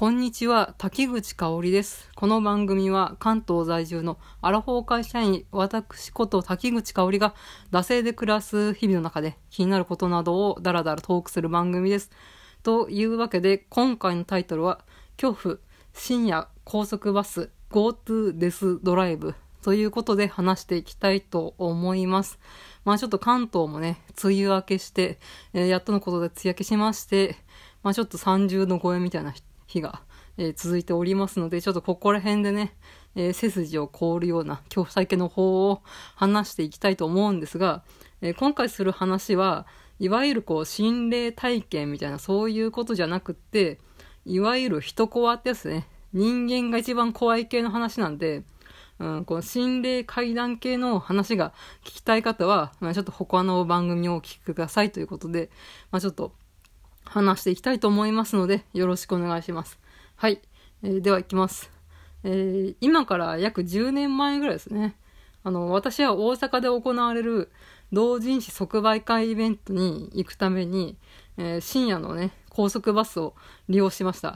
こんにちは、滝口香織です。この番組は関東在住のアラフォー会社員、私こと滝口香織が惰性で暮らす日々の中で気になることなどをダラダラトークする番組です。というわけで、今回のタイトルは、恐怖、深夜高速バス、GoTo デスドライブということで話していきたいと思います。ちょっと関東もね、梅雨明けして、やっとのことで梅雨明けしまして、ちょっと30度超えみたいな日が、続いておりますので、ちょっとここら辺でね、背筋を凍るような恐怖体験の方を話していきたいと思うんですが、今回する話はいわゆる心霊体験みたいなそういうことじゃなくって、いわゆる人コアってやつね、人間が一番怖い系の話なんで、この心霊怪談系の話が聞きたい方は、ちょっと他の番組をお聞きくださいということで、ちょっと話していきたいと思いますので、よろしくお願いします。はい。では行きます。今から約10年前ぐらいですね。私は大阪で行われる同人誌即売会イベントに行くために、深夜のね、高速バスを利用しました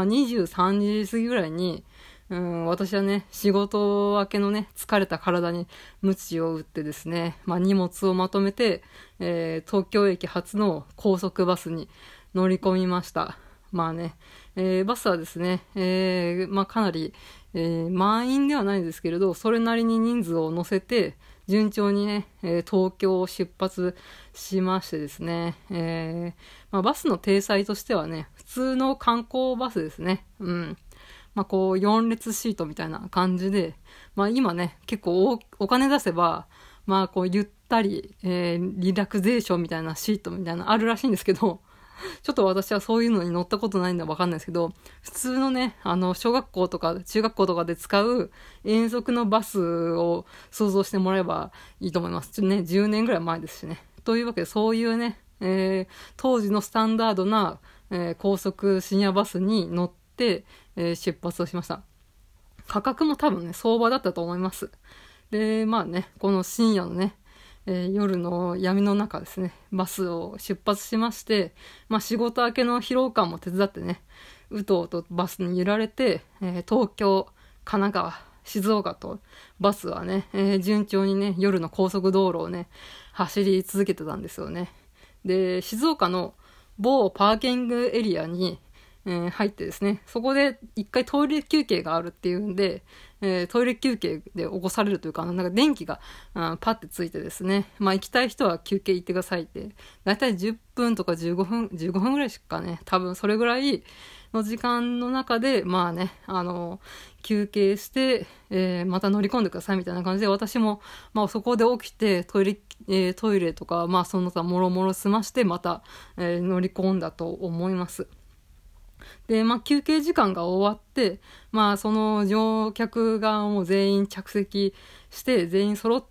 。23時過ぎぐらいに、私はね、仕事明けのね、疲れた体に鞭を打ってですね、荷物をまとめて、東京駅発の高速バスに乗り込みました。バスはですね、かなり、満員ではないですけれど、それなりに人数を乗せて、順調にね、東京を出発しましてですね、バスの体裁としてはね、普通の観光バスですね。4列シートみたいな感じで、今ね、結構お金出せば、ゆったり、リラクゼーションみたいなシートみたいなのあるらしいんですけど、ちょっと私はそういうのに乗ったことないんでわかんないですけど、普通のね、小学校とか中学校とかで使う遠足のバスを想像してもらえばいいと思います。10年ぐらい前ですしね。というわけで、そういうね、当時のスタンダードな、高速深夜バスに乗って、出発をしました。価格も多分ね、相場だったと思います。で、この深夜のね、夜の闇の中ですね、バスを出発しまして、仕事明けの疲労感も手伝ってね、うとうとバスに揺られて、東京、神奈川、静岡とバスはね、順調にね、夜の高速道路をね、走り続けてたんですよね。で、静岡の某パーキングエリアに、入ってですね、そこで一回トイレ休憩があるっていうんで、トイレ休憩で起こされるというか、電気が、パッてついてですね、行きたい人は休憩行ってくださいって、だいたい10分とか15分ぐらいしかね、多分それぐらいの時間の中で、休憩して、また乗り込んでくださいみたいな感じで、私も、そこで起きてトイレとか、その他もろもろ済まして、また、乗り込んだと思います。で、休憩時間が終わって、その乗客がもう全員着席して、全員揃って、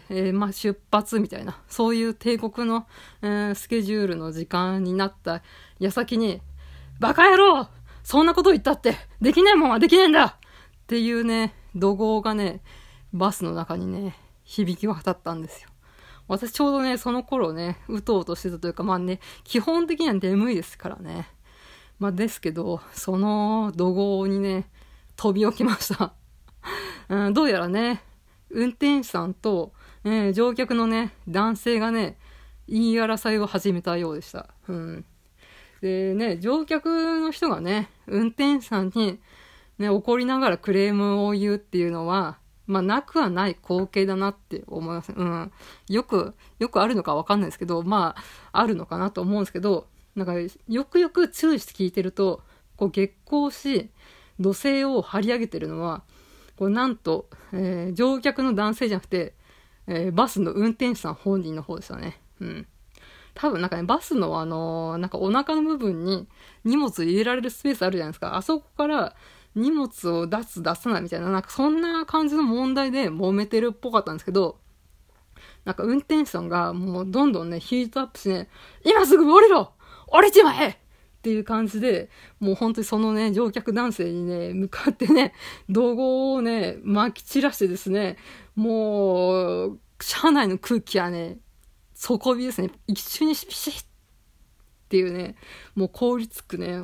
出発みたいな、そういう帝国の、スケジュールの時間になった矢先に、バカ野郎そんなこと言ったって、できないもんはできないんだっていうね、怒号がね、バスの中にね、響き渡ったんですよ。私ちょうどね、その頃ね、うとうとしてたというか、基本的には眠いですからね。ですけど、その怒号にね、飛び起きました。どうやらね、運転手さんと、乗客のね、男性がね、言い争いを始めたようでした。でね、乗客の人がね、運転手さんに、ね、怒りながらクレームを言うっていうのは、なくはない光景だなって思います。よくあるのかわかんないですけど、あるのかなと思うんですけど、よくよく注意して聞いてると、激高し、土星を張り上げてるのは、なんと、乗客の男性じゃなくて、バスの運転手さん本人の方でしたね。多分バスのお腹の部分に荷物入れられるスペースあるじゃないですか。あそこから荷物を出さないみたいな、そんな感じの問題で揉めてるっぽかったんですけど、運転手さんがもうどんどんね、ヒートアップしてね、今すぐ降りろ降りちまえっていう感じで、もう本当にそのね、乗客男性にね、向かってね、怒号をね、撒き散らしてですね、もう、車内の空気はね、底火ですね。一瞬にピシッっていうね、もう凍りつくね、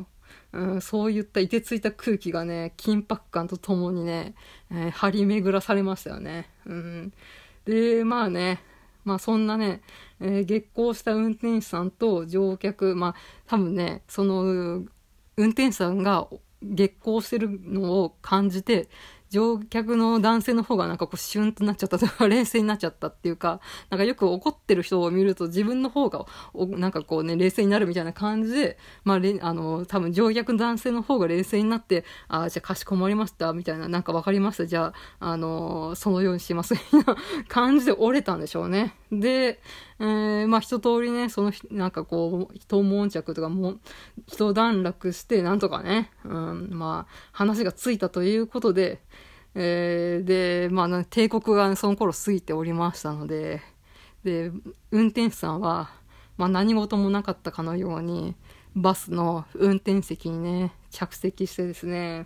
そういったいてついた空気がね、緊迫感とともにね、張り巡らされましたよね。で、まあね、そんなね、激高した運転手さんと乗客、多分ね、その運転手さんが激高してるのを感じて、乗客の男性の方がなんかこうシュンとなっちゃったとか、冷静になっちゃったっていうか、なんかよく怒ってる人を見ると自分の方がなんかこうね、冷静になるみたいな感じで、多分乗客の男性の方が冷静になって、じゃあかしこまりましたみたいな、なんかわかりました、じゃあ、そのようにしますみたいな感じで折れたんでしょうね。で、一通りね、なんかこう、一悶着とかもう、一段落して、なんとかね、話がついたということで、で、帝国がその頃過ぎておりましたので、で、運転手さんは、何事もなかったかのように、バスの運転席にね、着席してですね、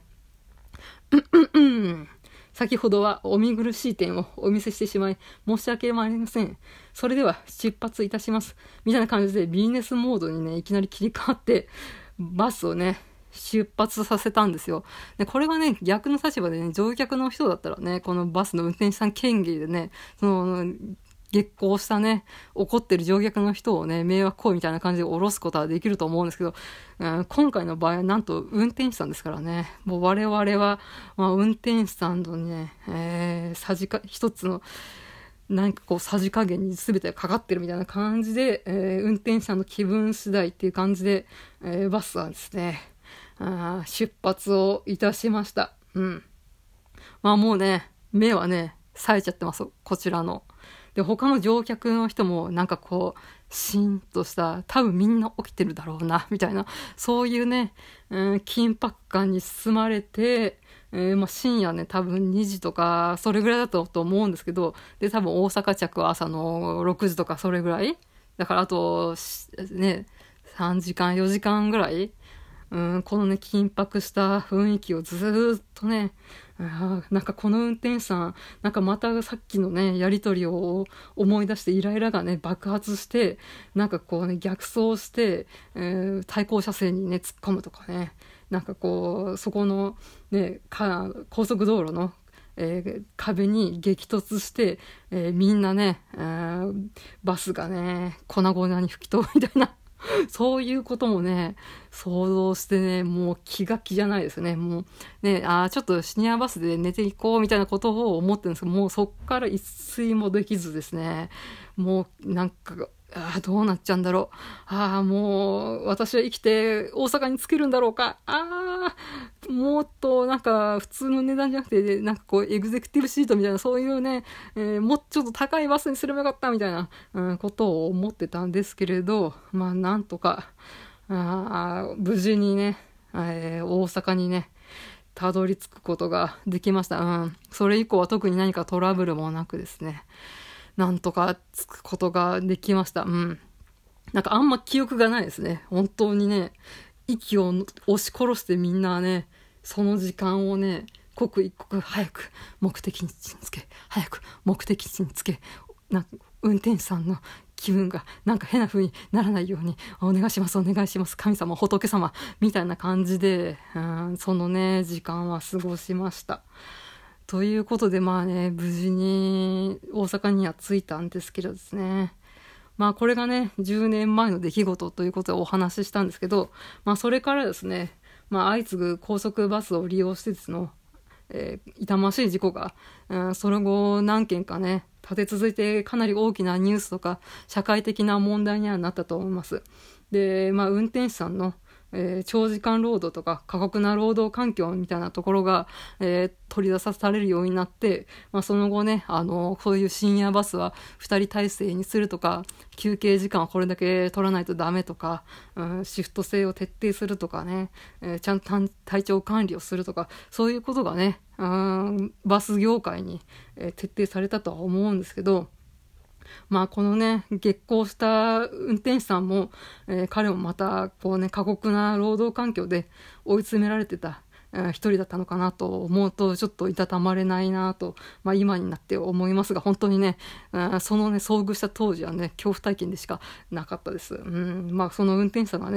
先ほどはお見苦しい点をお見せしてしまい申し訳ありません。それでは出発いたします。みたいな感じでビジネスモードにね、いきなり切り替わって、バスをね、出発させたんですよ。で、これがね、逆の立場でね、乗客の人だったらね、このバスの運転手さん権限でね、激高したね、怒ってる乗客の人をね、迷惑行為みたいな感じで降ろすことはできると思うんですけど、今回の場合はなんと運転手さんですからね、もう我々は、運転手さんのね、一つの、なんかこうさじ加減に全てかかってるみたいな感じで、運転手さんの気分次第っていう感じで、バスはですね、出発をいたしました。もうね、目はね、冴えちゃってます、こちらの。で、他の乗客の人もなんかこう、シーンとした、多分みんな起きてるだろうな、みたいな、そういうね、緊迫感に包まれて、深夜ね、多分2時とか、それぐらいだったと思うんですけど、で、多分大阪着は朝の6時とかそれぐらいだからあと、ね、3時間、4時間ぐらいこのね、緊迫した雰囲気をずーっとね、なんかこの運転手さん、なんかまたさっきのね、やりとりを思い出してイライラがね、爆発して、なんかこうね、逆走して、対向車線にね、突っ込むとかね、なんかこう、そこのね、高速道路の、壁に激突して、みんなね、バスがね、粉々に吹き飛ぶみたいな、そういうこともね、想像してね、もう気が気じゃないですね。もうね、ちょっとシニアバスで寝ていこうみたいなことを思ってるんですけど、もうそっから一睡もできずですね、もうなんか、どうなっちゃうんだろう。もう私は生きて大阪に着けるんだろうか。もっとなんか普通の値段じゃなくて、なんかこうエグゼクティブシートみたいなそういうね、もうちょっと高いバスにすればよかったみたいな、ことを思ってたんですけれど、なんとか、無事にね、大阪にね、たどり着くことができました。それ以降は特に何かトラブルもなくですね、なんとか着くことができました。なんかあんま記憶がないですね。本当にね、息を押し殺してみんなね、その時間をね、刻一刻早く目的地につけ、早く目的地につけ、なんか運転手さんの気分がなんか変な風にならないようにお願いします、お願いします、神様、仏様みたいな感じで、そのね、時間は過ごしました。ということで無事に大阪には着いたんですけどですね。これがね、10年前の出来事ということでお話ししたんですけど、それからですね、相次ぐ高速バスを利用しての、痛ましい事故が、その後何件かね、立て続いてかなり大きなニュースとか社会的な問題にはなったと思います。で、運転手さんの長時間労働とか過酷な労働環境みたいなところが、取り出されるようになって、その後ね、こういう深夜バスは2人体制にするとか、休憩時間はこれだけ取らないとダメとか、シフト制を徹底するとかね、ちゃんと体調管理をするとか、そういうことがね、バス業界に、徹底されたとは思うんですけど、このね、激高した運転手さんも、彼もまたこうね、過酷な労働環境で追い詰められてた、一人だったのかなと思うと、ちょっといたたまれないなと、今になって思いますが、本当にね、そのね、遭遇した当時はね、恐怖体験でしかなかったです。その運転手さんがね、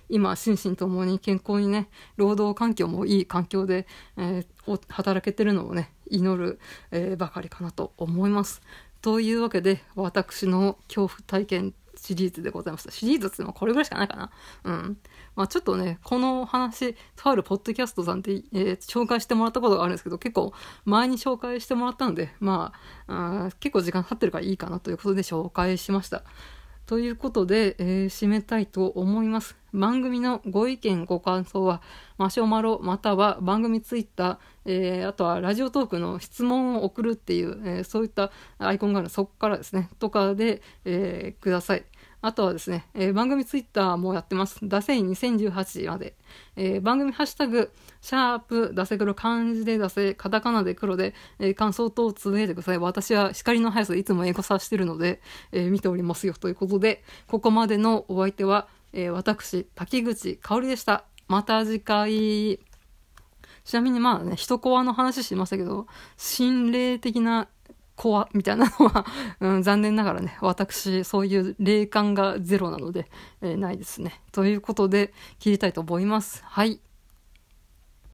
今心身ともに健康にね、労働環境もいい環境で、働けてるのをね祈る、ばかりかなと思います。というわけで私の恐怖体験シリーズでございました。シリーズっていうのはこれぐらいしかないかな。ちょっとね、この話、とあるポッドキャストさんで、紹介してもらったことがあるんですけど、結構前に紹介してもらったので、結構時間経ってるからいいかなということで紹介しました。ということで、締めたいと思います。番組のご意見ご感想はマシュマロまたは番組ツイッター、あとはラジオトークの質問を送るっていう、そういったアイコンがあるそこからですねとかで、ください。あとはですね、番組ツイッターもやってます。ダセイ2018まで、番組ハッシュタグシャープダセ黒、漢字でダセ、カタカナで黒で、感想等をつぶやいてください。私は光の速さでいつも英語さしてるので、見ておりますよということで、ここまでのお相手は、私滝口香織でした。また次回。ちなみに一コアの話しましたけど、心霊的なコアみたいなのは、残念ながらね、私そういう霊感がゼロなので、ないですね。ということで切りたいと思います。はい。